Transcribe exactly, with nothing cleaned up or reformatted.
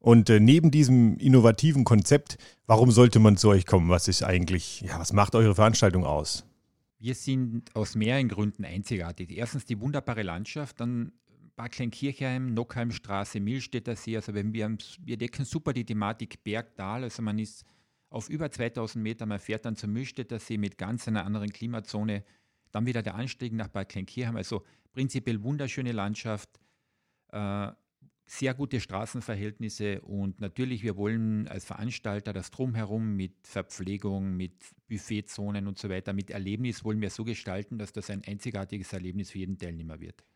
Und äh, neben diesem innovativen Konzept, warum sollte man zu euch kommen? Was ist eigentlich, ja, was macht eure Veranstaltung aus? Wir sind aus mehreren Gründen einzigartig. Erstens die wunderbare Landschaft, dann Bad Kleinkirchheim, Nockheimstraße, Millstätter See. Also wenn wir, wir decken super die Thematik Berg-Tal. Also man ist auf über zweitausend Meter, man fährt dann zum Millstätter See mit ganz einer anderen Klimazone. Dann wieder der Anstieg nach Bad Kleinkirchheim. Also prinzipiell wunderschöne Landschaft, äh, sehr gute Straßenverhältnisse und natürlich, wir wollen als Veranstalter das Drumherum mit Verpflegung, mit Buffetzonen und so weiter, mit Erlebnis wollen wir so gestalten, dass das ein einzigartiges Erlebnis für jeden Teilnehmer wird.